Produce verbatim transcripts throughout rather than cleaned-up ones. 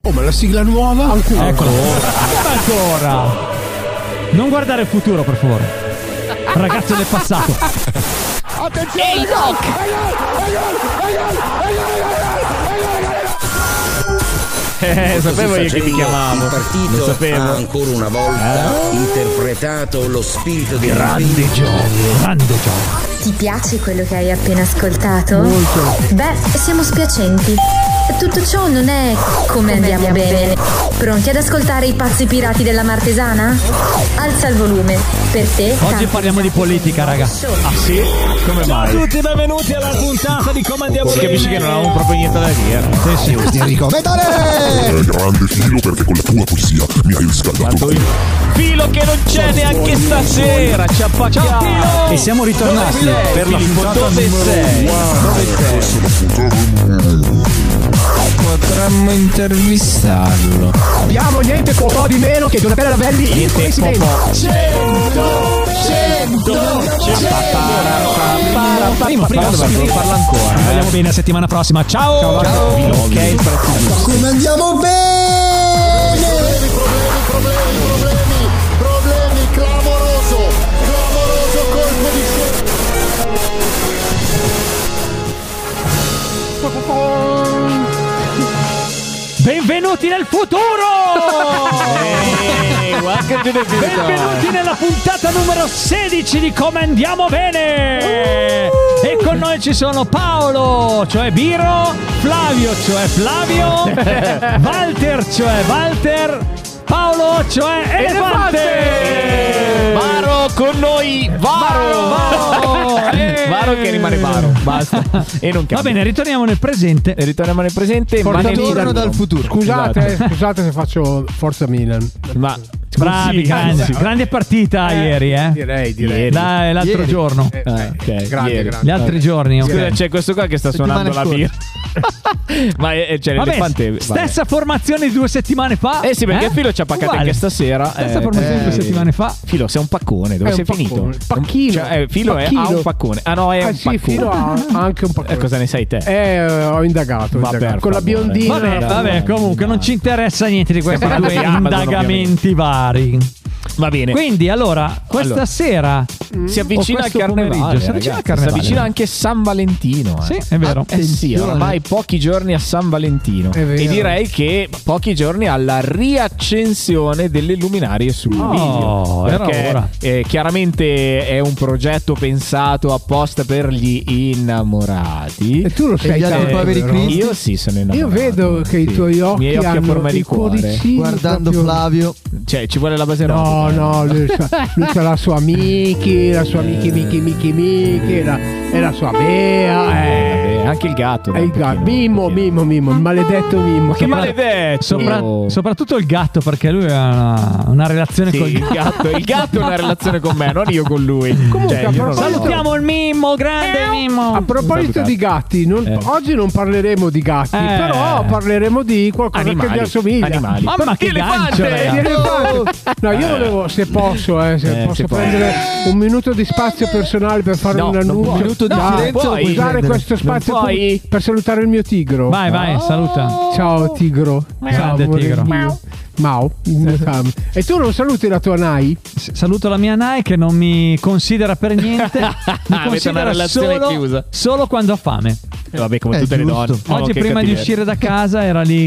Oh, ma la sigla nuova? Ancora. Eccola. Ancora. Non guardare il futuro, per favore. Ragazzo del passato. Attenzione! Ehi, Doc! Eh, sapevo io che mi chiamavo. Il partito Lo sapevo. ha ancora una volta eh? interpretato lo spirito di grande gioco. Grande gioco. Ti piace quello che hai appena ascoltato? Molto. Beh, siamo spiacenti. Tutto ciò non è come andiamo bene. Pronti ad ascoltare i pazzi pirati della Martesana? Alza il volume. Per te. Oggi parliamo di politica, raga. Ah sì? Come mai? Ciao a tutti, benvenuti alla puntata di Come Andiamo Bene. Capisci che non avevamo proprio niente da dire. Sì, sì. Di Enrico Metale! Eh, grande Filo, perché con la tua poesia mi hai riscaldato. Filo che non c'è neanche stasera. Ci appacciamo. E siamo ritornati per la Filippo, puntata dove numero sei? Dove sei? Potremmo intervistarlo. Abbiamo niente po' di meno che Donatella Ravelli in presidente. cento cento Prima, prima dovevo farlo ancora. Ci vediamo bene la settimana prossima. Ciao. Ciao. Ciao. Ok, Come andiamo bene? Problemi, problemi, problemi, problemi, clamoroso, clamoroso colpo di benvenuti nel futuro! Hey, benvenuti nella puntata numero sedici di Come Andiamo Bene! Uh! E con noi ci sono Paolo, cioè Biro, Flavio, cioè Flavio, Walter, cioè Walter, Paolo, cioè Elefante! Varo con noi, Varo! Varo, eh. Varo che rimane Varo, basta. E non cambia. Va bene, ritorniamo nel presente. E ritorniamo nel presente, ma nel Torno dal futuro. Scusate, Esatto. scusate se faccio Forza Milan. Ma Bravi, grande, grande partita Eh, ieri, eh? Direi, direi. Dai, l'altro Ieri. giorno. Eh, Ah, eh, ok, grande, ieri. grande. Gli altri giorni, ok. Scusa, c'è questo qua che sta suonando la birra. Ma è, c'è Vabbè, l'elefante. vabbè. stessa formazione di due settimane fa. Eh sì, perché eh? Filo ci ha paccato Uguale. anche stasera. Stessa eh, formazione di due eh, settimane fa. Filo, sei un paccone, dove È sei un finito? paccone. Pacchino. Cioè, eh, Filo è, ha Pacchino. un paccone. Ah no, è Eh un sì, paccone. Filo ha anche un Eh, paccone. cosa ne sai te? Eh, ho indagato, ho Va indagato. per Con la favore. biondina. Vabbè, vabbè, comunque non ci interessa niente di questi Stiamo due parlando di Amazon, indagamenti vari. Va bene. Quindi, allora, questa Allora. sera si avvicina o al questo carnevale, pomeriggio, si avvicina ragazzi. al carnevale. Si avvicina anche San Valentino. Eh. Sì, è vero. Eh sì, ormai pochi giorni a San Valentino. È vero. E direi che pochi giorni alla riaccensione delle luminarie sul Oh, video. era Perché ora. eh, chiaramente è un progetto pensato apposta per gli innamorati. E tu lo sai gli altri tanto, poveri vero? cristi? Io sì, sono innamorato. Io vedo che i Sì. tuoi occhi, miei occhi a hanno forma di i cuore. cuoricini Guardando proprio- Flavio. Cioè, ci vuole la base No, erotica. no, lui c'ha, lui c'ha la sua Miki, la sua Miki Miki Miki Miki, la, e la sua Bea, eh. Vabbè, anche il gatto. E dai, il un gatto, pochino, Mimmo, un pochino. Mimmo, Mimmo, il maledetto Mimmo. Che maledetto! Sopra- soprattutto il gatto, perché lui ha una, una relazione Sì, con il gatto, il gatto ha una relazione con me, non io con lui. Comunque, Cioè, a io non lo so. Salutiamo il Mimmo, grande Mimmo. A proposito di gatti, non- Eh. oggi non parleremo di gatti, Eh. però parleremo di qualcosa Animali, che gli assomiglia. animali. Mamma che Elefante! gancio, ragazzi. Di elefante. No, io volevo, se posso, eh, se Eh, posso se può. prendere un minuto di spazio personale per fare No, un non annuncio. puoi. Un minuto di Dai, silenzio puoi. lo puoi usare prendere. questo spazio Non puoi. per salutare il mio tigro. Vai, vai, saluta. Ciao tigro. Ciao Grande amore tigro. mio. Mau, il mio cam. E tu non saluti la tua Nai? S- Saluto la mia Nai che non mi considera per niente. Mi una considera relazione solo, chiusa. solo quando ha fame. Eh, Vabbè, come Eh, tutte le giusto. donne. Oh, Oggi che prima di cattiveria. uscire da casa era lì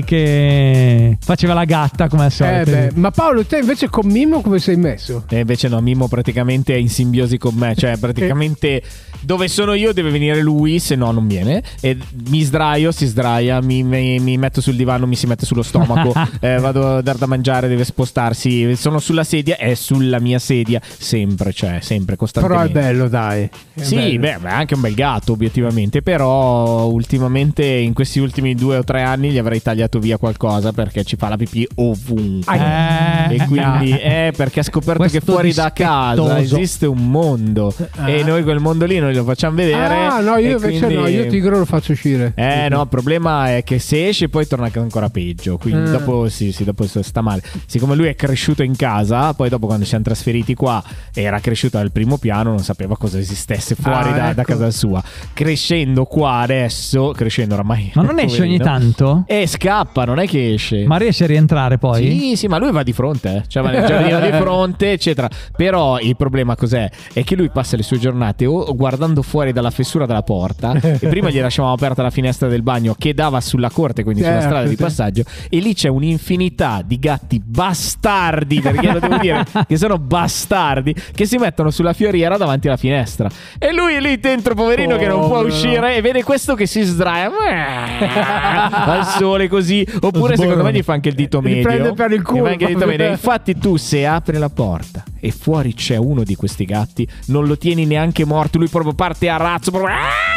che faceva la gatta come al Eh solito. beh, ma Paolo, te invece con Mimmo come sei messo? E invece no, Mimmo praticamente è in simbiosi con me. Cioè, praticamente dove sono io deve venire lui, se no non viene. E mi sdraio, si sdraia, mi, mi- mi metto sul divano, mi si mette sullo stomaco. eh, vado a dar da mangiare, deve spostarsi. Sono sulla sedia, è sulla mia sedia. Sempre, cioè, sempre, Però costantemente. è bello, dai. È Sì, bello. beh, è anche un bel gatto, obiettivamente. Però ultimamente, in questi ultimi due o tre anni, gli avrei tagliato via qualcosa perché ci fa la pipì ovunque. Eh, E quindi è perché ha scoperto che Questo fuori da casa dispettoso. esiste un mondo. E noi quel mondo lì non lo facciamo vedere. Ah, no, io e invece quindi- no, io tigro lo faccio uscire. Eh no, il problema è che se esce poi torna ancora peggio. Quindi Eh. dopo sì, sì, dopo sta male. Siccome lui è cresciuto in casa, poi dopo quando ci siamo trasferiti qua era cresciuto al primo piano, non sapeva cosa esistesse fuori Ah, da, da ecco. casa sua. Crescendo qua adesso adesso, crescendo oramai. Ma non esce ogni tanto? E scappa, non è che esce. Ma riesce a rientrare poi? Sì, sì, ma lui va di fronte, eh. Cioè va nel giardino di fronte, eccetera. Però il problema cos'è? È che lui passa le sue giornate o guardando fuori dalla fessura della porta, e prima gli lasciavamo aperta la finestra del bagno che dava sulla corte, quindi sulla Certo, strada di sì. passaggio, e lì c'è un'infinità di gatti bastardi, perché lo devo dire, che sono bastardi, che si mettono sulla fioriera davanti alla finestra. E lui è lì dentro, poverino, che non può Povero. uscire, e vede questo che si sdraia al sole così. Oppure secondo me gli fa anche il dito Gli medio. prende per il culo. Gli fa anche il dito medio. Infatti tu, se apri la porta e fuori c'è uno di questi gatti, non lo tieni neanche morto, lui proprio parte a razzo, proprio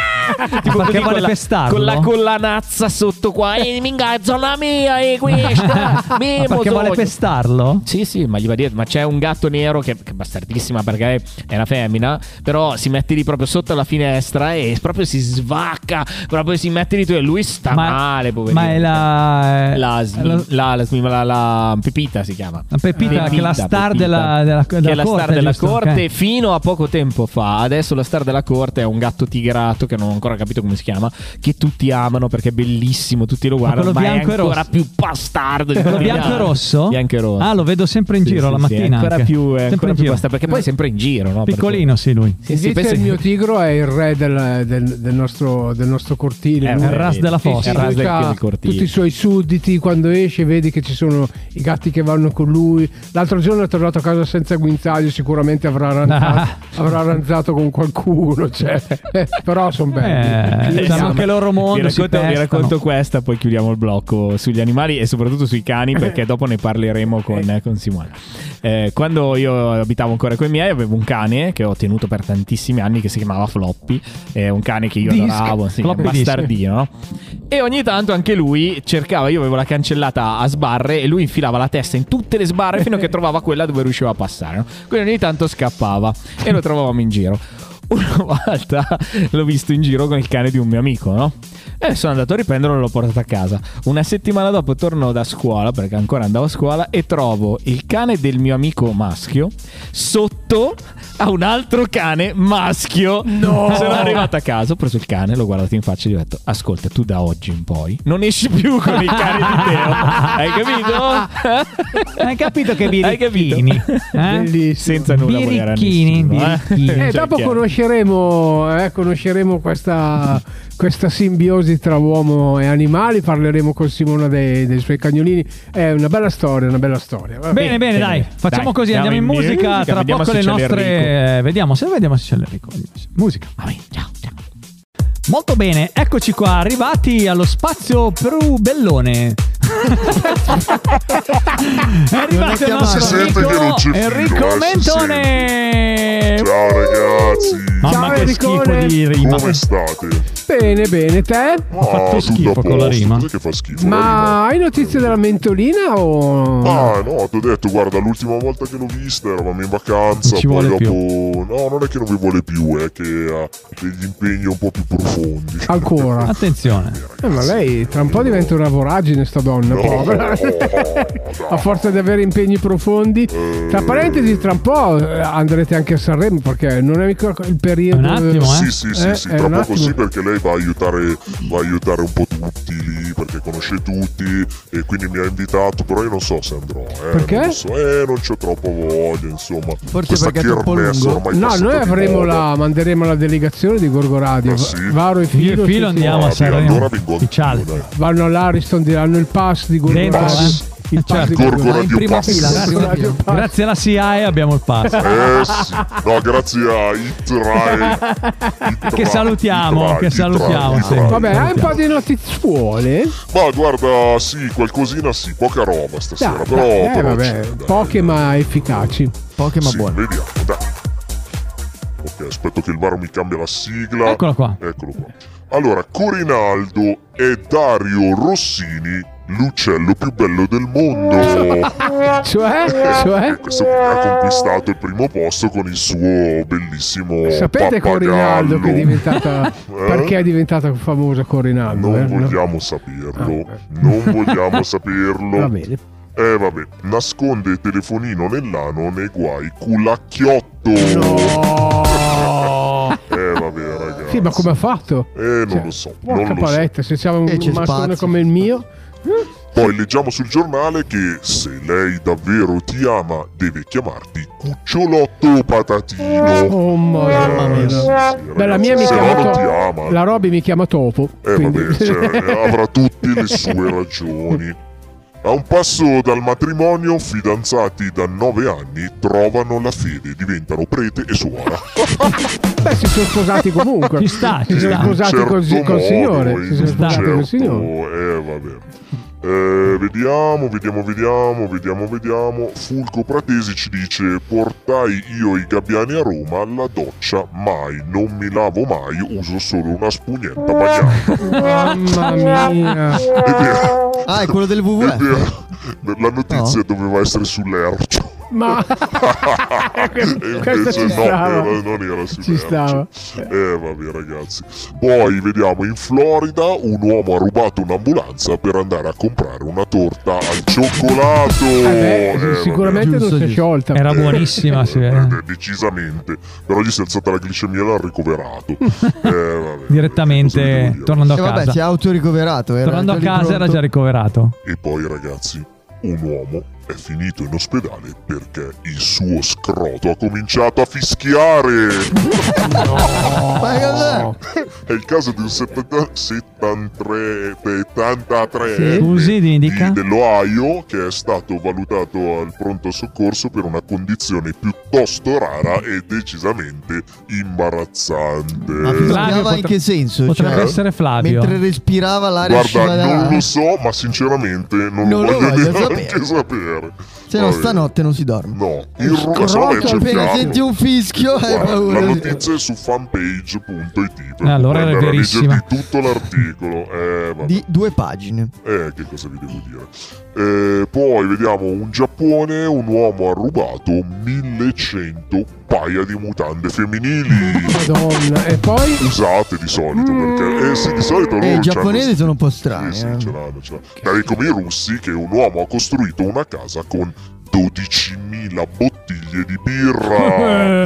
tipo Perché così, vuole con la, pestarlo? con la collanazza sotto qua. E mi ingazzo la mia e questa. Ma perché vuole pestarlo? Sì, sì, ma gli va dietro. Ma c'è un gatto nero che, che è bastardissima, perché è una femmina, però si mette lì proprio sotto la finestra e proprio si svacca, proprio si mette lì tu, e lui sta Ma- male, poverino. Ma è la... La, smi- la, la, smi- la, la Pepita si chiama. La Pepita, che è la star Pepita. della, della, della che è la corte, star della giusto? corte Ok. fino a poco tempo fa. Adesso la star della corte è un gatto tigrato che non ho ancora capito come si chiama, che tutti amano perché è bellissimo, tutti lo guardano, quello ma è bianco e ancora rosso? più bastardo di Quello tutti gli bianco e altri. rosso? Bianco e rosso. Ah, lo vedo sempre in Sì, giro sì, la sì, mattina. è ancora anche. più, è Sempre ancora in più giro. bastardo, perché poi è sempre in giro, no? Piccolino, sì, lui. Sì, sì, Invece pensa- il mio tigro è il re del, del- del nostro, del nostro cortile. Eh, Lui- È il ras della Sì, fossa. sì, il ras lui del- ha del cortile. tutti i suoi sudditi, quando esce vedi che ci sono i gatti che vanno con lui. L'altro giorno è tornato a casa senza guinzaglio, sicuramente avrà ranzato, avrà ranzato con qualcuno, cioè. Eh, però sono belli. Eh, Sì, hanno sì. anche loro mondo, vi si racconto, vi pestano. racconto questa, poi chiudiamo il blocco sugli animali e soprattutto sui cani, perché dopo ne parleremo con, eh, con Simone. Eh, quando io abitavo ancora con i miei, avevo un cane che ho tenuto per tantissimi anni, che si chiamava Floppy. È un cane che io Disc. adoravo, sì, Floppy bastardino, no? E ogni tanto anche lui cercava, io avevo la cancellata a sbarre e lui infilava la testa in tutte le sbarre fino a che trovava quella dove riusciva a passare, no? Quindi ogni tanto scappava e lo trovavamo in giro. Una volta l'ho visto in giro con il cane di un mio amico, no? E sono andato a riprenderlo e l'ho portato a casa. Una settimana dopo torno da scuola, perché ancora andavo a scuola, e trovo il cane del mio amico maschio sotto a un altro cane maschio. No! Sono arrivato a casa, ho preso il cane, l'ho guardato in faccia e gli ho detto: ascolta, tu da oggi in poi non esci più con il cane di Teo. Hai capito? Hai capito che Hai capito? birichini? Eh? Bellissimo. Senza nulla volere a Birichini, nessuno, eh? birichini. Eh, Cioè, dopo chiaro. conosceremo, eh, conosceremo questa, questa simbiosi tra uomo e animali. Parleremo con Simona dei, dei suoi cagnolini. È una bella storia, una bella storia. Va Bene, bene, bene, dai. bene. Facciamo Dai, così, andiamo in andiamo in musica. musica, Tra vediamo poco se le c'è nostre. l'Enrico. Vediamo se vediamo se c'è l'Enrico. Musica. Vai, ciao, ciao. Molto bene, eccoci qua, arrivati allo spazio Peru Bellone. È arrivato il chiamato. nostro Si sente amico che non c'è filo, Enrico eh, si Mentone. Ciao ragazzi, Mamma Ciao, che Enricone. schifo di rima. come state? Bene, bene, te? Ma fatto tutto schifo a con la posto, rima. cos'è che fa schifo? la Ma hai notizie della mentolina o... rima? Ah no, ti ho detto, guarda, l'ultima volta che l'ho vista eravamo in vacanza, Non ci poi vuole dopo... No, non è che non vi vuole più, è che ha degli impegni un po' più profondi. Ancora? Attenzione. Eh, ma lei tra un po' diventa una voragine sta donna, No, povera. dai. A forza di avere impegni profondi. Tra parentesi, tra un po' eh, andrete anche a Sanremo, perché non è mica il periodo. Un attimo, eh. Sì, sì, sì, Eh, sì, è tra un poco attimo. sì, perché lei va a aiutare, va a aiutare un po' tutti lì, perché conosce tutti e quindi mi ha invitato, però io non so se andrò, eh, Perché? Non lo so, eh, non c'ho troppo voglia, insomma. Forse Questa perché è troppo kermesse lungo. ormai No, passata noi di avremo moda. la, manderemo la delegazione di Gorgo Radio. Ah, sì? Varo e Io Filo, e Filo sì, andiamo Ah, a via, Sanremo. allora vengo Ufficiale. anch'io, dai. vanno all'Ariston, diranno il pass di Gorgo Dentro, Radio. eh? Il pass Certo. di Gorgo Gorgo Radio. Radio prima Pass. fila, Gorgo prima Radio fila. Pass. Grazie alla C I A E abbiamo il pass. Eh sì, no, grazie a It Che salutiamo, che salutiamo, sì. Vabbè, hai un Salutiamo. po' di notizuole? Ma guarda, sì, qualcosina sì, poca roba stasera, Dai, però, dai, eh, però vabbè, c'è, dai. poche ma efficaci. Poche ma Sì, buone. vediamo, dai. Ok, aspetto che il Varo mi cambia la sigla. Eccola qua. Eccolo qua. Allora, Corinaldo è Dario Rossini, l'uccello più bello del mondo. Cioè, cioè, Questo ha conquistato il primo posto con il suo bellissimo sapete pappagallo. Corinaldo che è diventata Eh? perché è diventata famosa Corinaldo? Non eh? No? vogliamo saperlo. Ah, Non vogliamo saperlo. Va bene. Eh vabbè, nasconde il telefonino nell'ano nei guai, culacchiotto. No. Eh vabbè ragazzi. Sì, ma come ha fatto? Eh, non Cioè, lo so. Porca Non lo so. paletta, se siamo un E c'è massone spazio. come il mio. Poi leggiamo sul giornale che se lei davvero ti ama deve chiamarti cucciolotto patatino. Oh mamma mia. Eh, sì, Beh, la ragazzi, mia mi se chiama no non ti To- ama. La Roby mi chiama Topo. Eh quindi- vabbè, cioè, avrà tutte le sue ragioni. A un passo dal matrimonio, fidanzati da nove anni trovano la fede, diventano prete e suora. Beh, si sono sposati comunque. Ci sta, ci si sono sta. sposati certo col, col modo, signore. in Si sono un sposati certo- col signore. Eh vabbè. Eh, vediamo, vediamo, vediamo, vediamo, vediamo. Fulco Pratesi ci dice: portai io i gabbiani a Roma alla doccia, mai, non mi lavo mai, uso solo una spugnetta bagnata. Mamma mia. È vero, Ah, è quello del è W W F. vero. La notizia doveva essere sull'Ercio. Ma E questo invece ci no, stava. era- non era sull'Ercio. Ci stava. Eh vabbè ragazzi. Poi vediamo in Florida un uomo ha rubato un'ambulanza per andare a comprare una torta al cioccolato. Eh beh, Eh, vabbè. sicuramente Giusto, non si è giusto. sciolta. Era buonissima, si Eh, vede. eh, decisamente. Però gli si è alzata la glicemia e l'ha ricoverato. Eh, vabbè. Direttamente Cosa devo dire? tornando a E vabbè, casa. si è autoricoverato. era Tornando a già lì casa era pronto. già ricoverato. E poi ragazzi, un uomo è finito in ospedale perché il suo scroto ha cominciato a fischiare. Ma cos'è? È il caso di un settanta- settantatré settantatreenne Scusi, mi di- dica. dell'Ohio che è stato valutato al pronto soccorso per una condizione piuttosto rara e decisamente imbarazzante. Ma Flavio fischiava in potre- che senso? Potrebbe Cioè, essere Flavio. mentre respirava l'aria Guarda, usciva da... non lo so, ma sinceramente non, Non lo lo voglio voglio neanche sapere. Se no, Vabbè. stanotte non si dorme. No, il ru- se no Scroto c'è il Appena fiato. senti un fischio hai Guarda, paura. la notizia è su fanpage punto it per Eh, allora era andare a verissima. leggervi tutto l'articolo. Eh, vabbè. Di due pagine. Eh, che cosa vi devo dire? Eh, poi vediamo un Giappone, un uomo ha rubato millecento paia di mutande femminili. Madonna. E poi? Usate di solito, perché eh sì, di solito loro E i c'hanno giapponesi sti- sono un po' strani. Sì, sì, eh. ce l'hanno, ce l'hanno. Dai, come i russi, che un uomo ha costruito una casa con dodicimila bottiglie di birra.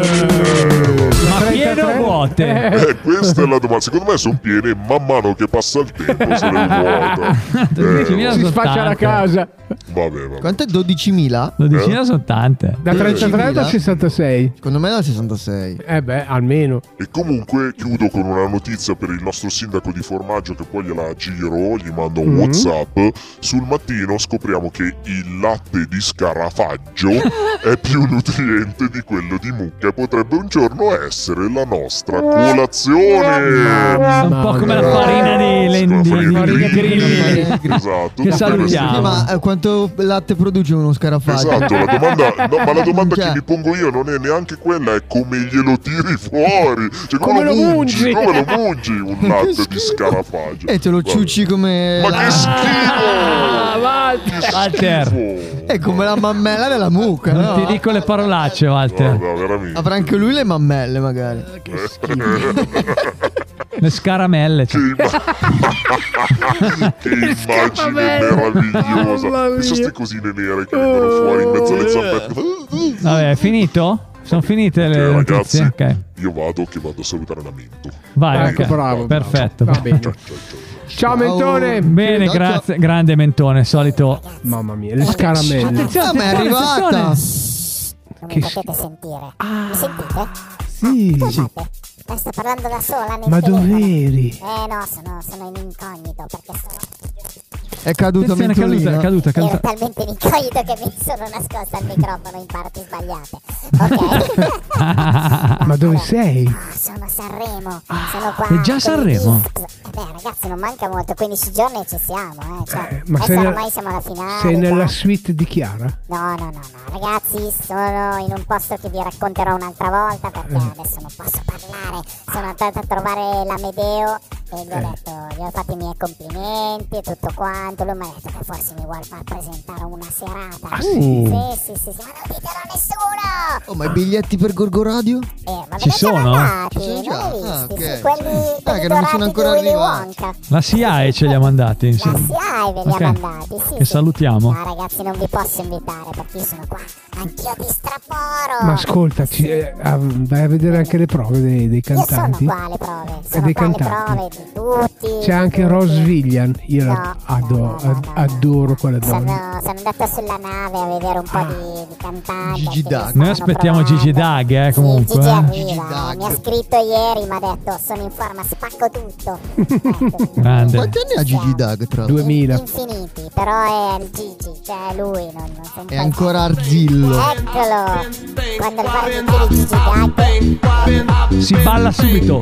Ma piene o vuote? Eh, questa è la domanda. Secondo me sono piene, man mano che passa il tempo se ne vuota. dodicimila Eh, Si sono sfaccia la tante. casa. vabbè, vabbè. Quant'è? dodicimila? dodicimila sono tante. Da trentatré da sessantasei. Secondo me da sessantasei. Eh beh, almeno. E comunque chiudo con una notizia per il nostro sindaco di Formaggio, che poi gliela giro, gli mando un Mm. WhatsApp. Sul mattino scopriamo che il latte di scarafaggio è più nutriente di quello di mucca e potrebbe un giorno essere la nostra colazione. Un po' come la farina di lendi. Con la farina di grilli. grilli. Esatto. Che tutte salutiamo. queste- Sì, ma eh, quanto latte produce uno scarafaggio? Esatto, la domanda, no, ma la domanda Cioè. che mi pongo io non è neanche quella, è come glielo tiri fuori. Cioè, come, Come lo lo mungi? mungi? Come lo mungi un latte di scarafaggio? E te lo Vabbè. ciucci come... Ma la- che schifo! Walter. Walter. Schifo. È come la mammella della mucca, Non no? ti dico le parolacce, Walter. Guarda, veramente. Avrà anche lui le mammelle, magari. Le scaramelle. Che, cioè. imma- che immagine meravigliosa. Mamma E sono mia. ste cosine nere che vengono fuori in mezzo alle zampette. Vabbè, è finito? Sono finite le Ok, ragazzi, notizie? Ok. io vado che vado a salutare l'amento. Vai, Ecco, ok. bravo. Perfetto. Va bene. Ciao, ciao, ciao. Ciao, Mentone. Bene, Ciao, grazie. Grande Mentone, solito. Mamma mia, le scaramelle. Ah, ma è arrivata! Non Che mi potete sentire. Mi sentite? Sì. Scusate, eh, sto parlando da sola nel Ma telefono. dov'eri? Eh no, sono, sono in incognito perché sono... È caduta Attenzione, è caduta, Mentolina. è caduta, è Ero caduta. talmente in incognito che mi sono nascosta al microfono in parti sbagliate. Ok? Ma dove sei? Sono a Sanremo. Sono qua. è già con i Sanremo? disc. Eh beh, ragazzi, non manca molto. quindici giorni e ci siamo. Eh. Cioè, Eh, ma adesso sei, nel- ormai siamo alla finale. sei nella già. suite di Chiara? No, no, no, no, ragazzi, sono in un posto che vi racconterò un'altra volta perché Eh. adesso non posso parlare. Sono andata a trovare l'Amedeo e gli ho detto, gli ho fatto i miei complimenti e tutto quanto. Lui mi ha detto che forse mi vuole far presentare una serata. Ah, sì? sì? Sì, sì, sì, sì, ma non ditelo a nessuno! Oh, ma i biglietti per Gorgo Radio? Eh, ma Ci ve ne sono sono? andati, Ci sono non già? li hai Ah, visti? ok. Sì, quelli, Ah, quelli che non mi sono dorati ancora di Willy arrivati. Wonka. La S I A E ce li ha mandati. La S I A E ve li Ok. ha mandati, sì. Che sì. salutiamo. No, ragazzi, non vi posso invitare perché io sono qua. Anch'io di straporo. Ma ascolta, ci- eh, ah, vai a vedere anche le prove dei, dei Io sono cantanti. qua alle prove. E Sono dei qua alle cantanti. prove di tutti. C'è anche tutti. Rose Vivian. Io No, la adoro, no, no, no, no. adoro quella donna. Sono, sono andata sulla nave a vedere un po' Ah. di, di cantanti. Gigi che Dag. mi Noi stavano aspettiamo provando. Gigi Dag, eh, comunque. Sì, Gigi eh. arriva, Gigi eh, Dag. mi ha scritto ieri, mi ha detto sono in forma, spacco tutto. Ecco. Grande. Quanti anni ha Gigi Dag, tra l'altro? duemila. Infiniti, però è il Gigi, cioè lui non, non sente È ancora Arzillo. Eccolo, quando il guardi di Gigi Dag. Si balla subito.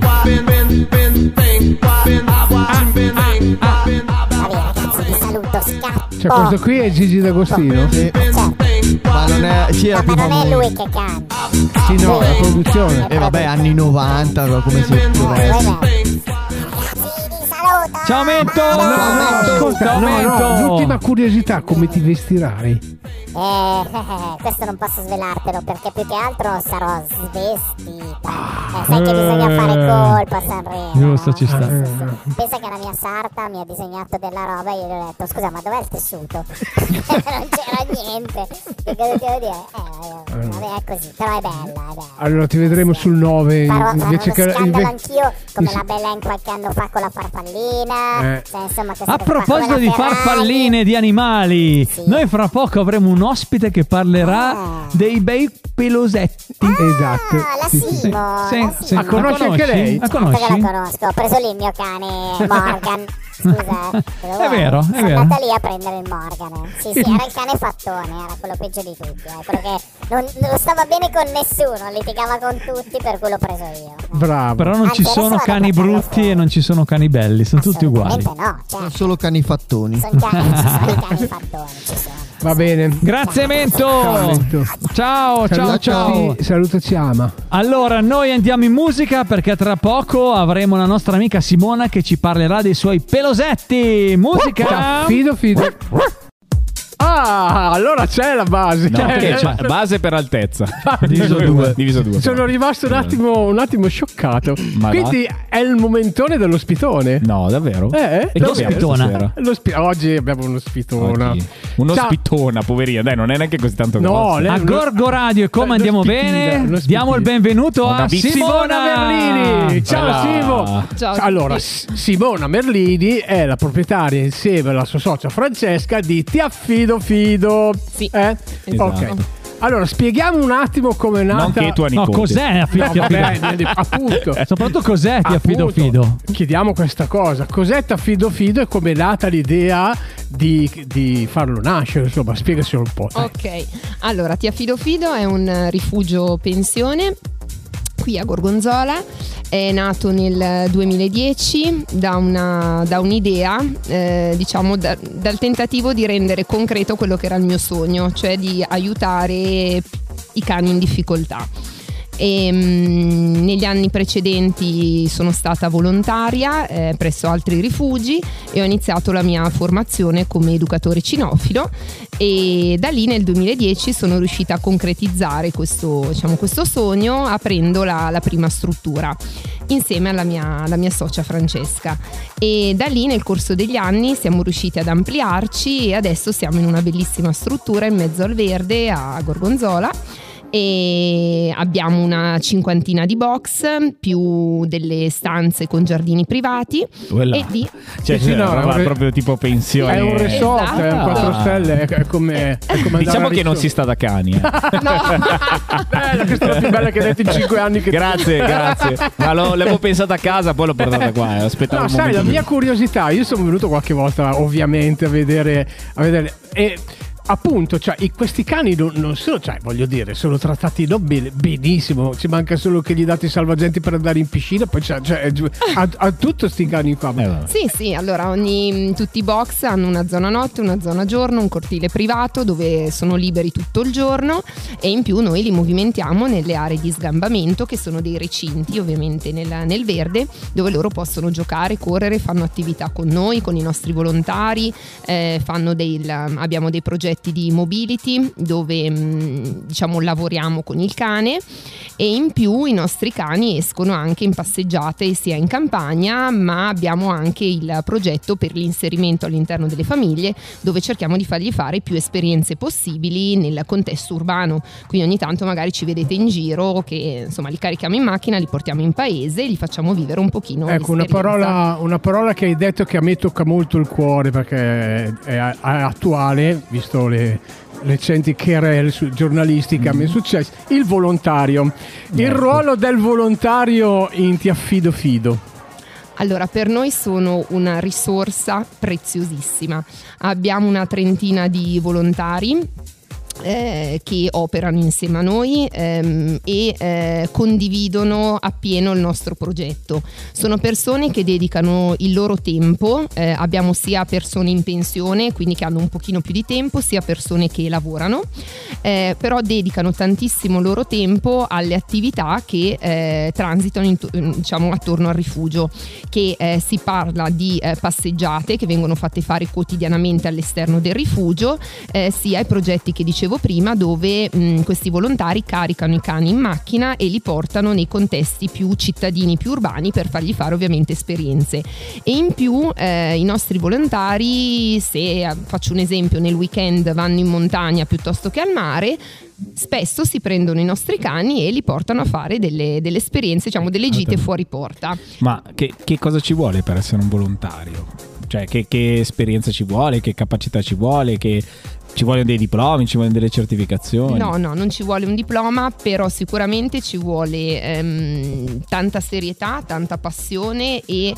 Vabbè ragazzi, vi saluto, scappo. Cioè, questo qui è Gigi D'Agostino? Sì. Certo, Ma non è. Sì, era più ma non è famoso. lui che canta. Sì, no, la produzione. E vabbè, anni novanta, come si Eh, dovesse. vabbè. Ragazzi, vi saluto. Ciao Mento! No, no, ascolta, Ciao, no, no, Mento! l'ultima curiosità, come ti vestirai? Eh, eh, eh, questo non posso svelartelo perché più che altro sarò svestita. Eh, sai che bisogna fare colpo a Sanremo. Giusto, no? ci sta. Eh, sì, sì. Pensa che la mia sarta mi ha disegnato della roba e io gli ho detto scusa ma dov'è il tessuto? Non c'era niente. Che cosa devo dire? Eh, eh, vabbè è così, però è bella, è bella. Allora ti vedremo sul nove Farò, farò invece uno che scandalo inve- anch'io come inve- la Bella in qualche anno fa con la farfallina. Eh. Cioè, insomma, queste A cose qua, proposito come di la Ferrari. farfalline di animali, Sì. noi fra poco avremo un ospite che parlerà Ah. dei bei pelosetti. Esatto. Ah, la Sì, sì. Simo, la Sì, Simo. sì. Ma conosci anche lei? La Certo che conosci? la conosco, ho preso lì il mio cane Morgan. Scusa, eh. Dove È vuoi? vero, è Sono vero. andata lì a prendere il Morgan. eh. Sì, sì, era il cane fattone, era quello peggio di tutti. Eh. Quello che non, non stava bene con nessuno, litigava con tutti, per cui l'ho preso io. Bravo. Però non Anzi, ci adesso sono vado a cani portarlo brutti fuori. e non ci sono cani belli, sono tutti uguali. Assolutamente no, Sono certo. solo cani fattoni. Sono cani, ci sono i cani fattoni, ci sono. Va bene. Grazie Mento! Ciao, Mento. Ciao, ciao, ciao! Salutaci, salutaci Ama. Allora, noi andiamo in musica perché tra poco avremo la nostra amica Simona che ci parlerà dei suoi pelosetti. Musica! Fido, fido. Ah, allora c'è la base. No, Cioè, che c'è? Base per altezza. Diviso due. Diviso due. Sono rimasto un attimo, un attimo scioccato. Ma Quindi è il momentone dell'ospitone. No, davvero? Eh? E chi Davvero? c'è Ospitona. stasera? Lo spi- oggi abbiamo uno spitona. Oggi. Uno Ciao. spitona, poverina. Dai, non è neanche così tanto No, grosso. lei- A Gorgo Radio e come Lo andiamo spitina, bene? lo Diamo il spitina. benvenuto Una a bit- Simona Merlini. Ciao Bella. Simo. Ciao a Allora, tutti. S- Simona Merlini è la proprietaria insieme alla sua socia Francesca di Ti Affido Fido. Sì. Eh? Esatto. Ok. Allora, spieghiamo un attimo come è nata. Non che tua No, nipote. cos'è a No, Ti vabbè, affido? niente, appunto. Soprattutto cos'è Ti affido Appunto, fido? Chiediamo questa cosa. Cos'è Ti Affido Fido e come è nata l'idea di, di farlo nascere? Insomma, spiegaci un po'. dai. Ok, allora Ti Affido Fido è un rifugio pensione qui a Gorgonzola, è nato nel duemiladieci da, una, da un'idea, eh, diciamo da- dal tentativo di rendere concreto quello che era il mio sogno, cioè di aiutare i cani in difficoltà. E, mh, negli anni precedenti sono stata volontaria eh, presso altri rifugi e ho iniziato la mia formazione come educatore cinofilo e da lì nel duemiladieci sono riuscita a concretizzare questo, diciamo, questo sogno aprendo la, la prima struttura insieme alla mia, alla mia socia Francesca, e da lì nel corso degli anni siamo riusciti ad ampliarci e adesso siamo in una bellissima struttura in mezzo al verde a Gorgonzola e abbiamo una cinquantina di box più delle stanze con giardini privati. Quella. E lì Cioè, Sì, sì, c'è no, una roba vabbè. proprio tipo pensione. È un resort, è un Esatto. quattro stelle, è è come, è come andare Diciamo a che non Rizzo. si sta da cani. eh. Bella, questa è la più bella che hai detto in cinque anni che Grazie, grazie. Ma lo- l'avevo pensata a casa, poi l'ho portata qua. eh. Aspettavo No, un sai, momento la più- mia curiosità, io sono venuto qualche volta ovviamente a vedere, a vedere e appunto, cioè, i, questi cani non, non sono, cioè, voglio dire, sono trattati non bene, benissimo. Ci manca solo che gli date i salvagenti per andare in piscina. Poi c'è, cioè, ha, ha tutto sti cani qua. Eh, sì, sì, allora ogni, tutti i box hanno una zona notte, una zona giorno, un cortile privato dove sono liberi tutto il giorno, e in più noi li movimentiamo nelle aree di sgambamento, che sono dei recinti ovviamente nel, nel verde, dove loro possono giocare, correre, fanno attività con noi, con i nostri volontari, eh, fanno dei, abbiamo dei progetti di mobility dove mh, diciamo lavoriamo con il cane, e in più i nostri cani escono anche in passeggiate sia in campagna, ma abbiamo anche il progetto per l'inserimento all'interno delle famiglie, dove cerchiamo di fargli fare più esperienze possibili nel contesto urbano. Quindi ogni tanto magari ci vedete in giro che insomma li carichiamo in macchina, li portiamo in paese e li facciamo vivere un pochino. Ecco, una parola, una parola che hai detto che a me tocca molto il cuore, perché è, è, è attuale, visto le recenti querele su giornalisti che mm. a me è successo. Il volontario, ecco. Il ruolo del volontario in Ti affido fido. Allora, per noi sono una risorsa preziosissima. Abbiamo una trentina di volontari Eh, che operano insieme a noi ehm, e eh, condividono appieno il nostro progetto. Sono persone che dedicano il loro tempo, eh, abbiamo sia persone in pensione, quindi che hanno un pochino più di tempo, sia persone che lavorano, eh, però dedicano tantissimo il loro tempo alle attività che eh, transitano in, diciamo, attorno al rifugio, che eh, si parla di eh, passeggiate che vengono fatte fare quotidianamente all'esterno del rifugio, eh, sia i progetti che dicevo prima, dove mh, questi volontari caricano i cani in macchina e li portano nei contesti più cittadini, più urbani, per fargli fare ovviamente esperienze. E in più eh, i nostri volontari, se faccio un esempio, nel weekend vanno in montagna piuttosto che al mare, spesso si prendono i nostri cani e li portano a fare delle, delle esperienze, diciamo delle gite fuori porta. Ma che, che cosa ci vuole per essere un volontario? Cioè che, che esperienza ci vuole, che capacità ci vuole, che ci vogliono dei diplomi, ci vogliono delle certificazioni? No, no, non ci vuole un diploma, però sicuramente ci vuole ehm, tanta serietà, tanta passione e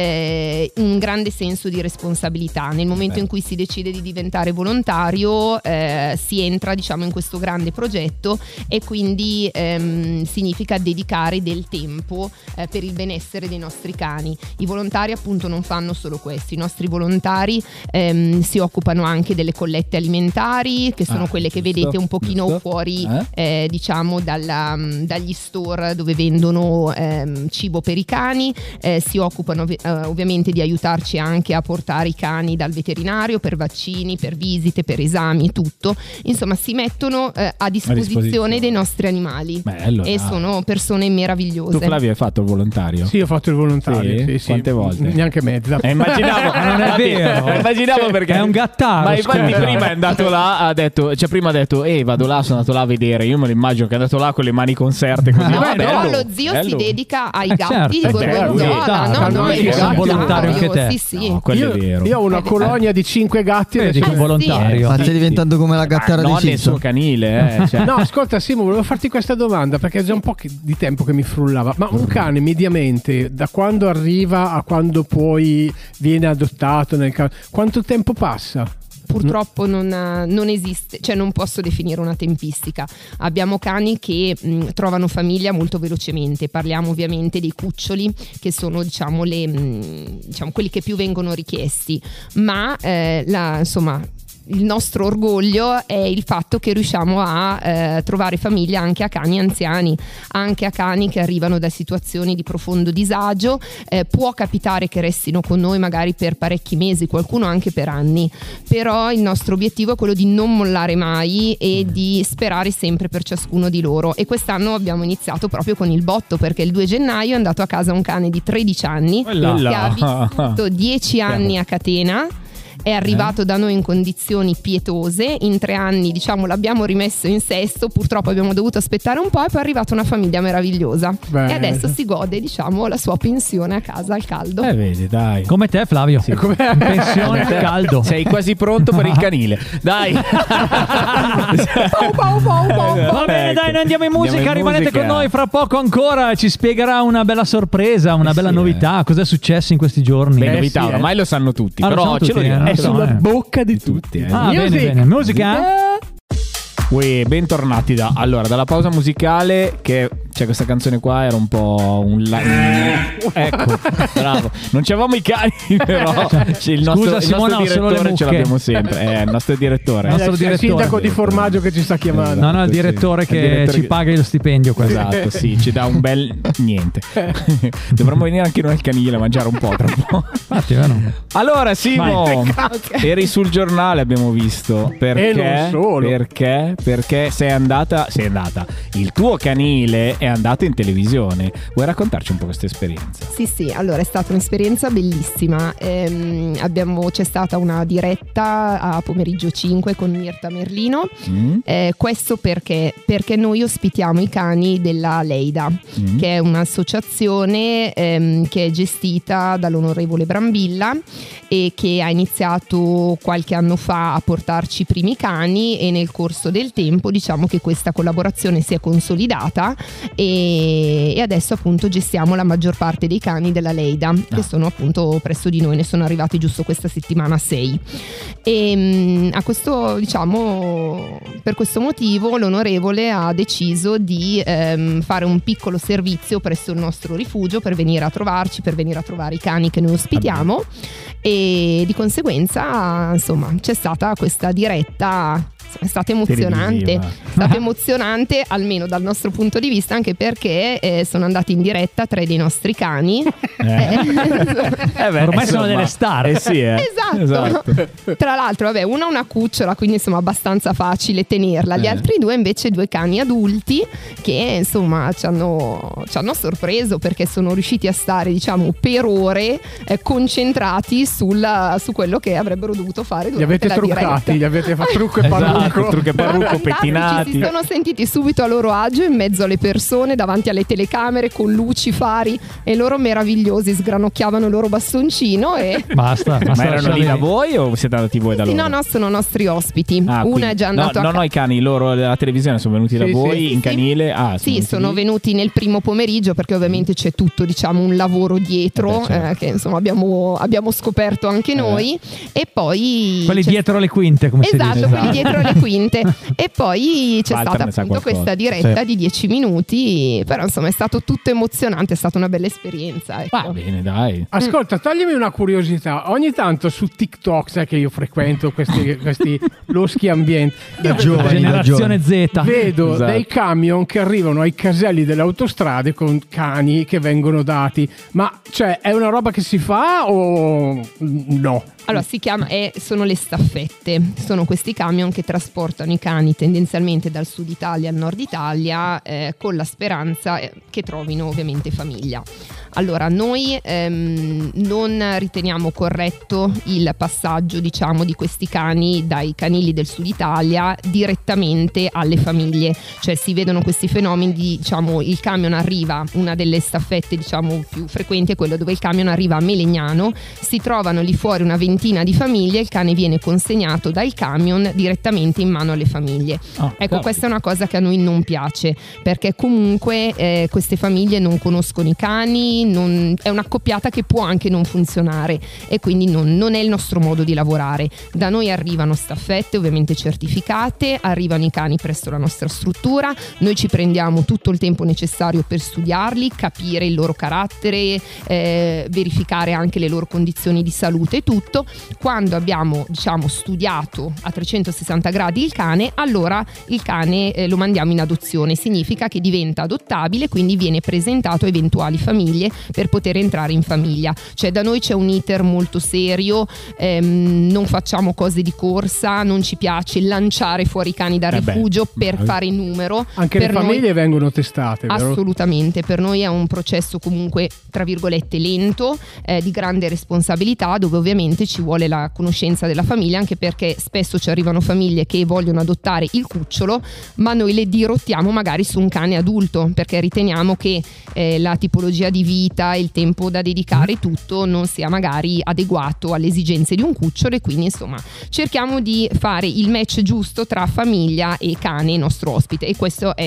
eh, un grande senso di responsabilità. Nel momento Beh. in cui si decide di diventare volontario eh, si entra, diciamo, in questo grande progetto, e quindi ehm, significa dedicare del tempo eh, per il benessere dei nostri cani. I volontari appunto non fanno solo questo, i nostri volontari ehm, si occupano anche delle collette alimentari, che sono ah, quelle che giusto, vedete un pochino giusto. fuori eh? Eh, diciamo dalla, dagli store dove vendono ehm, cibo per i cani, eh, si occupano eh, ovviamente di aiutarci anche a portare i cani dal veterinario per vaccini, per visite, per esami, tutto. Insomma, si mettono eh, a, disposizione a disposizione dei nostri animali. Bello, e ah. sono persone meravigliose. Tu, Flavio, hai fatto il volontario? Sì, ho fatto il volontario. Sì? Sì, sì. Quante volte? Neanche mezza. Eh, immaginavo, non è vero. Immaginavo perché è un gattaro. Ma infatti scusa. prima è andato là, ha detto, cioè prima ha detto, eh vado là, sono andato là a vedere. Io me lo immagino che è andato là con le mani conserte così. No, Beh, però bello, lo zio bello. si dedica ai Eh, gatti certo, di è Gorgonzola. vero, No, no, è è un volontario anche te. Sì, sì. No, quello io, è vero. io ho una colonia di cinque gatti. Vedi adesso- che è volontario. Ma stai diventando come la gattara Ah, di non nel Simpson. suo canile, eh, cioè. No, ascolta Simo, volevo farti questa domanda, perché è già un po' che- di tempo che mi frullava. Ma un cane mediamente da quando arriva a quando poi viene adottato nel ca- quanto tempo passa? Purtroppo non, non esiste, cioè non posso definire una tempistica. Abbiamo cani che mh, trovano famiglia molto velocemente. Parliamo ovviamente dei cuccioli, che sono diciamo, le, mh, diciamo quelli che più vengono richiesti, ma eh, la, insomma il nostro orgoglio è il fatto che riusciamo a eh, trovare famiglia anche a cani anziani, anche a cani che arrivano da situazioni di profondo disagio. Eh, può capitare che restino con noi magari per parecchi mesi, qualcuno anche per anni, però il nostro obiettivo è quello di non mollare mai e di sperare sempre per ciascuno di loro. E quest'anno abbiamo iniziato proprio con il botto, perché il due gennaio è andato a casa un cane di tredici anni Quella. che ha vissuto dieci anni a catena. È arrivato eh. da noi in condizioni pietose, in tre anni diciamo l'abbiamo rimesso in sesto, purtroppo abbiamo dovuto aspettare un po' e poi è arrivata una famiglia meravigliosa. Beh. E adesso si gode diciamo la sua pensione a casa al caldo. Eh vedi, dai. Come te Flavio, sì. In pensione al caldo. Sei quasi pronto per il canile. Dai. Pau, pau, pau, pau. Va bene, dai, noi andiamo in musica, Andiamo in rimanete musica. con noi, fra poco ancora ci spiegherà una bella sorpresa, una Eh bella sì, novità, eh. cosa è successo in questi giorni. Beh, Eh novità, sì, eh. ormai lo sanno tutti, Ah, lo però sanno ce tutti, lo dirà. eh? Eh, sulla no, eh. bocca di tutti. eh. Ah, Music. bene, bene. Musica? Uè, bentornati da allora dalla pausa musicale, che c'è questa canzone qua, era un po' un la- ecco, bravo. Non c'avevamo i cani, però c'è il nostro, Scusa, il Simona, nostro ho solo le direttore ce mucche. l'abbiamo sempre, è il nostro direttore. Il nostro È il direttore. sindaco di formaggio che ci sta chiamando. No, no, il Sì. direttore che Il direttore ci che- paga lo stipendio. Questo. Esatto, sì, ci dà un bel niente. Dovremmo venire anche noi al canile a mangiare un po' tra un po'. Infatti, vero? Allora, Simo, Vai. eri sul giornale, abbiamo visto. Perché? E non solo. Perché? Perché sei andata, sei andata. Il tuo canile è andato in televisione. Vuoi raccontarci un po' questa esperienza? Sì, sì, allora è stata un'esperienza bellissima. Ehm, abbiamo, c'è stata una diretta a pomeriggio cinque con Mirta Merlino. Mm? Eh, questo perché? Perché noi ospitiamo i cani della Leida, Mm. che è un'associazione ehm, che è gestita dall'onorevole Brambilla e che ha iniziato qualche anno fa a portarci i primi cani, e nel corso del tempo diciamo che questa collaborazione si è consolidata e, e adesso appunto gestiamo la maggior parte dei cani della Leida, Ah. che sono appunto presso di noi, ne sono arrivati giusto questa settimana sei. E mh, a questo, diciamo, per questo motivo l'onorevole ha deciso di ehm, fare un piccolo servizio presso il nostro rifugio per venire a trovarci, per venire a trovare i cani che noi ospitiamo, e di conseguenza insomma c'è stata questa diretta. È stata emozionante, Televisiva. è stata emozionante almeno dal nostro punto di vista, anche perché eh, sono andati in diretta tre dei nostri cani. Eh. Eh beh, Ormai sono insomma, delle star. Eh sì, eh. Esatto. Tra l'altro, vabbè, una ha una cucciola, quindi insomma abbastanza facile tenerla. Gli Eh. altri due invece due cani adulti che insomma ci hanno, ci hanno sorpreso, perché sono riusciti a stare diciamo per ore eh, concentrati sulla, su quello che avrebbero dovuto fare Li durante avete la truccati, diretta. gli avete fatto trucco e Esatto, parrucco. trucco e parrucco, Fantastici, pettinati. si sono sentiti subito a loro agio in mezzo alle persone, davanti alle telecamere, con luci, fari, e loro meravigliosi sgranocchiavano il loro bastoncino e Basta. Ma basta erano lì da lasciarli- voi o siete andati voi da sì, loro? no, no, sono nostri ospiti. Ah, Una quindi- è già no, andato a no, ca- no, i cani loro della televisione sono venuti da Sì, voi sì. in Sì, canile. Ah, Sì, venuti sono lì. venuti nel primo pomeriggio, perché ovviamente c'è tutto, diciamo, un lavoro dietro, Eh beh, certo. eh, che insomma abbiamo, abbiamo scoperto anche Eh. noi. E poi Quelli c'è- dietro le quinte, come Esatto, si dice. quelli dietro le quinte. E poi c'è Walter stata ne sa appunto qualcosa. questa diretta Sì. di dieci minuti, però insomma è stato tutto emozionante, è stata una bella esperienza. Ecco. Va bene, dai. Ascolta, toglimi una curiosità. Ogni tanto su TikTok, sai che io frequento questi, questi loschi ambienti, Da giovani, da Generazione giovani. Z. vedo Esatto. dei camion che arrivano ai caselli delle autostrade con cani che vengono dati. Ma cioè, è una roba che si fa o no? Allora si chiama, eh, sono le staffette, sono questi camion che trasportano i cani tendenzialmente dal sud Italia al nord Italia, eh, con la speranza eh, che trovino ovviamente famiglia. Allora noi ehm, non riteniamo corretto il passaggio, diciamo, di questi cani dai canili del sud Italia direttamente alle famiglie, cioè si vedono questi fenomeni di, diciamo, il camion arriva, una delle staffette diciamo più frequenti è quella dove il camion arriva a Melegnano, si trovano lì fuori una ventina di famiglie, il cane viene consegnato dal camion direttamente in mano alle famiglie. Oh, Ecco, cavolo. questa è una cosa che a noi non piace, perché comunque eh, queste famiglie non conoscono i cani, non- è un'accoppiata che può anche non funzionare, e quindi non, non è il nostro modo di lavorare. Da noi arrivano staffette ovviamente certificate, arrivano i cani presso la nostra struttura, noi ci prendiamo tutto il tempo necessario per studiarli, capire il loro carattere, eh, verificare anche le loro condizioni di salute e tutto. Quando abbiamo, diciamo, studiato a trecentosessanta gradi il cane, allora il cane eh, lo mandiamo in adozione, significa che diventa adottabile, quindi viene presentato a eventuali famiglie per poter entrare in famiglia. Cioè da noi c'è un iter molto serio, ehm, non facciamo cose di corsa, non ci piace lanciare fuori i cani dal Eh beh, rifugio per bravi. fare numero. Anche Per le noi- famiglie vengono testate, vero? Assolutamente, per noi è un processo comunque tra virgolette lento, eh, di grande responsabilità, dove ovviamente ci vuole la conoscenza della famiglia, anche perché spesso ci arrivano famiglie che vogliono adottare il cucciolo, ma noi le dirottiamo magari su un cane adulto, perché riteniamo che eh, la tipologia di vita, il tempo da dedicare, tutto non sia magari adeguato alle esigenze di un cucciolo, e quindi insomma cerchiamo di fare il match giusto tra famiglia e cane, nostro ospite, e questo è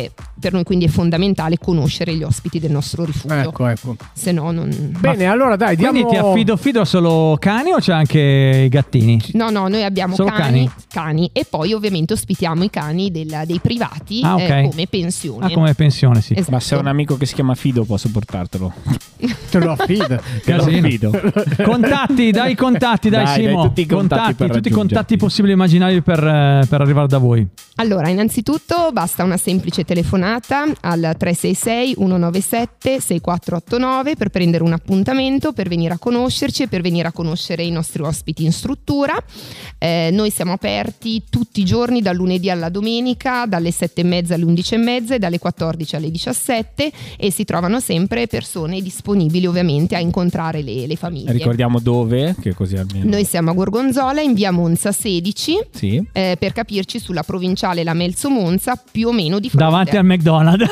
per noi quindi è fondamentale conoscere gli ospiti del nostro rifugio. Ecco, ecco. Se no non... Bene, allora dai, diamo... Quindi ti affido fido solo cani o c'è anche i gattini? No, no, noi abbiamo Solo cani, cani? cani e poi ovviamente ospitiamo i cani del- dei privati Ah, ok. eh, come pensione. Ah, come pensione, sì. Esatto. Ma se ho un amico che si chiama Fido posso portartelo. Te lo affido. Te lo Casino. affido. Contatti, dai i contatti, dai, Dai, Simo. dai, tutti i contatti per tutti i contatti raggiungerti. possibili e immaginabili per, eh, per arrivare da voi. Allora, innanzitutto basta una semplice telefonata al tre sei sei uno nove sette sei quattro otto nove per prendere un appuntamento, per venire a conoscerci e per venire a conoscere i nostri ospiti in struttura. Eh, noi siamo aperti tutti i giorni dal lunedì alla domenica, dalle sette e mezza alle undici e mezza e dalle quattordici alle diciassette, e si trovano sempre persone disponibili ovviamente a incontrare le, le famiglie. Ricordiamo dove, che così almeno. Noi siamo a Gorgonzola in via Monza sedici, Sì. eh, per capirci sulla provinciale La Melzo Monza, più o meno di fronte Davanti al McDonald's.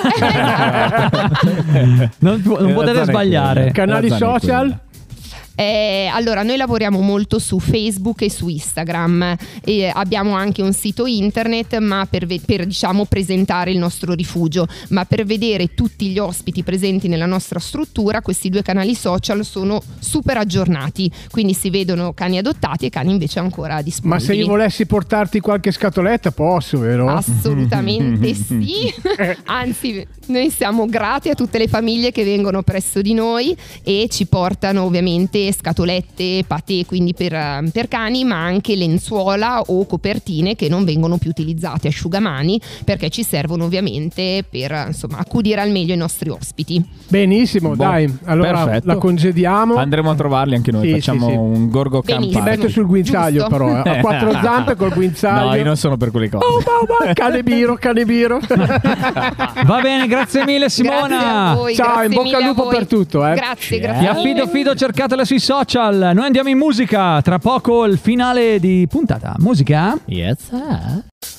non pu- non Eh, potete la zona è sbagliare. quella. Canali La zona è social? quella. Eh, allora, noi lavoriamo molto su Facebook e su Instagram, e abbiamo anche un sito internet, ma per, ve- per diciamo presentare il nostro rifugio, ma per vedere tutti gli ospiti presenti nella nostra struttura, questi due canali social sono super aggiornati, quindi si vedono cani adottati e cani invece ancora Ma disponibili. se io volessi portarti qualche scatoletta posso, vero? Assolutamente sì, anzi noi siamo grati a tutte le famiglie che vengono presso di noi e ci portano ovviamente scatolette, patè, quindi per, per cani, ma anche lenzuola o copertine che non vengono più utilizzate, asciugamani, perché ci servono ovviamente per insomma accudire al meglio i nostri ospiti. Benissimo, Boh, dai, allora perfetto. la congediamo. Andremo a trovarli anche noi, Sì, facciamo sì, sì. un gorgo Benissimo. Ti campano. metto sul guinzaglio Giusto. però, eh. a quattro zampe col guinzaglio. No, io non sono per quelle cose. Oh mamma, cane biro, cane biro. Va bene, grazie mille Simona. Grazie a voi, Ciao, grazie in bocca mille al a lupo voi. per tutto, eh. Grazie, Ti grazie. affido fido, cercatela sui social. Noi andiamo in musica. Tra poco il finale di puntata. Musica? Yes. ah.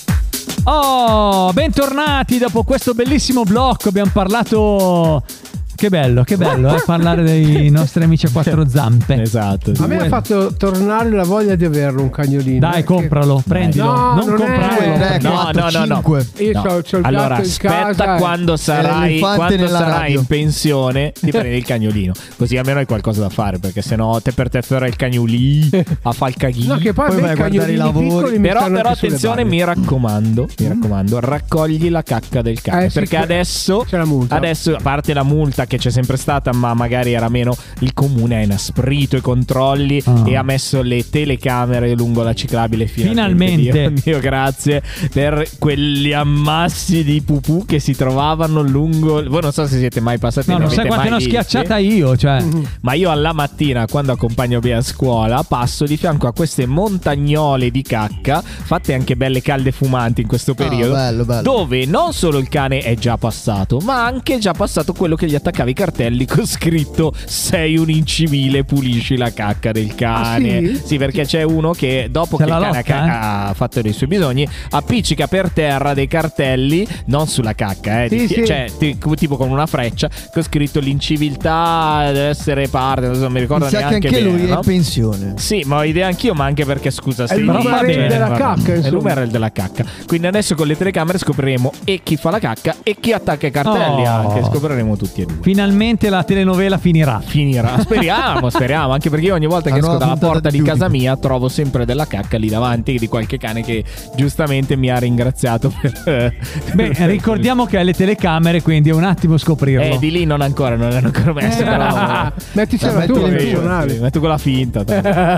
Oh, bentornati dopo questo bellissimo blocco. Abbiamo parlato. Che bello, che bello, eh, parlare dei nostri amici a quattro zampe. Esatto. A me ha fatto tornare la voglia di averlo un cagnolino. Dai, eh, compralo, prendilo. No, non non è- comprarlo. tre, No, quattro, no, no, no. cinque. che Io No. c'ho, c'ho il Allora, gatto in aspetta casa. quando sarai, l'elefante quando nella sarai radio. in pensione ti prendi il cagnolino. Così almeno hai qualcosa da fare, perché sennò te per te fare il cagnolino a fare il caghino. No, che poi, Poi a me vai i a guardare i cagnolini lavori. piccoli mi Però, stanno però anche sulle attenzione, balle. mi raccomando, mi raccomando, raccogli la cacca del cane. Eh, sì, perché che- adesso, c'è la multa. adesso, a parte la multa che c'è sempre stata, ma magari era meno, il comune ha inasprito i controlli Ah. e ha messo le telecamere lungo la ciclabile. Finalmente. Dio, Dio, grazie per quegli ammassi di pupù che si trovavano lungo. Voi non so se siete mai passati. No, non avete sai quante ne mai ho visti? schiacciata io, cioè. Ma io alla mattina, quando accompagno Bea a scuola, passo di fianco a queste montagnole di cacca, fatte anche belle calde fumanti in questo periodo, bello, bello. dove non solo il cane è già passato, ma anche già passato quello che gli attaccava i cartelli con scritto "sei un incivile, pulisci la cacca del cane". Ah, sì? perché c'è uno che dopo C'è che il la cane ha lotta, ca- eh? ha fatto dei suoi bisogni, appiccica per terra dei cartelli, non sulla cacca, eh, Sì, di- sì. cioè ti- tipo con una freccia con scritto "l'inciviltà deve essere parte", non so, non mi ricordo Mi sa che neanche anche bene, lui è no? in pensione. Sì, ma ho idea anch'io, ma anche perché scusa, È il sì, numero va bene, della va cacca, bene. È il insomma. numero della cacca. Quindi adesso con le telecamere scopriremo e chi fa la cacca e chi attacca i cartelli, Oh. anche scopriremo tutti e due. Finalmente la telenovela finirà. Finirà, speriamo, speriamo, anche perché io ogni volta che La esco nuova dalla puntata porta di di casa Giudica. mia trovo sempre della cacca lì davanti di qualche cane che giustamente mi ha ringraziato per... Beh, ricordiamo che ha le telecamere, quindi è un attimo scoprirlo. Eh, di lì non ancora, non l'hanno ancora messo, Eh, però... Metticela Eh, tu, mettile le tu. personali. Metto quella finta. dai.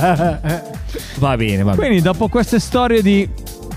Va bene, va bene. Quindi dopo queste storie di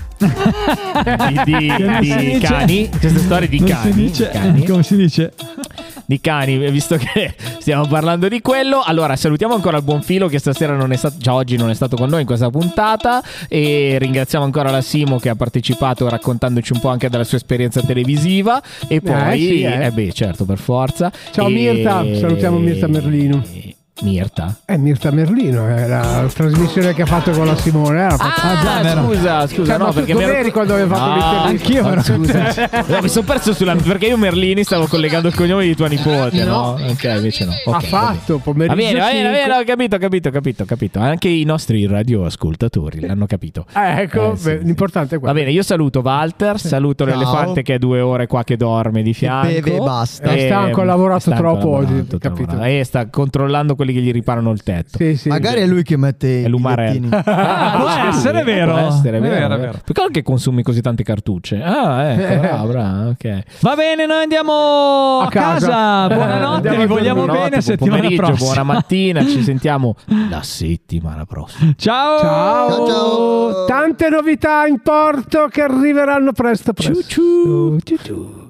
Di, di- Come si di dice? cani, queste storie di non cani, si dice, di cani. come si dice? Di cani, visto che stiamo parlando di quello, allora salutiamo ancora il Buonfilo che stasera non è stato, già oggi non è stato con noi in questa puntata, e ringraziamo ancora la Simo che ha partecipato raccontandoci un po' anche della sua esperienza televisiva, e poi sì, eh. eh beh certo, per forza. Ciao E- Mirta, salutiamo Mirta Merlino. Mirta? È Mirta Merlino, è la trasmissione che ha fatto con la Simone. Era Ah, già, scusa, scusa, Cioè, no, ma perché tu mi ero- eri quando avevi fatto Ah, l'intervista? anch'io ero- Scusa. No, mi sono perso sulla perché io Merlini stavo collegando il cognome di tua nipote, no? Ok, invece no. Ok, ha fatto Va pomeriggio bene, va bene, va cinque. bene, ho capito, ho capito, ho capito, ho capito. Anche i nostri radioascoltatori l'hanno capito. Eh, ecco, Eh, sì, beh, sì. l'importante è Va quello. bene, io saluto Walter, saluto Ciao. l'elefante che è due ore qua che dorme di fianco. beve e basta. È stanco, ha lavorato stanco, troppo ha oggi, lavorato, capito? lavorato. E sta controllando quelli che gli riparano il tetto. Sì, sì. Magari è lui che mette È i l'umarello. bigliettini. Ah, può sì, essere vero. Può essere, È vero, vero, è vero. vero. Perché che consumi così tante cartucce? Ah, ecco, Eh. bravo, bravo, ok. Va bene, noi andiamo a, A casa. casa. Eh, Buonanotte, andiamo vi a vogliamo dormire. bene. Buon Settimana pomeriggio, prossima. buona mattina, ci sentiamo la settimana prossima. Ciao. Ciao. Ciao, ciao. Tante novità in porto che arriveranno presto presto. Ciu ciu. Ciu ciu.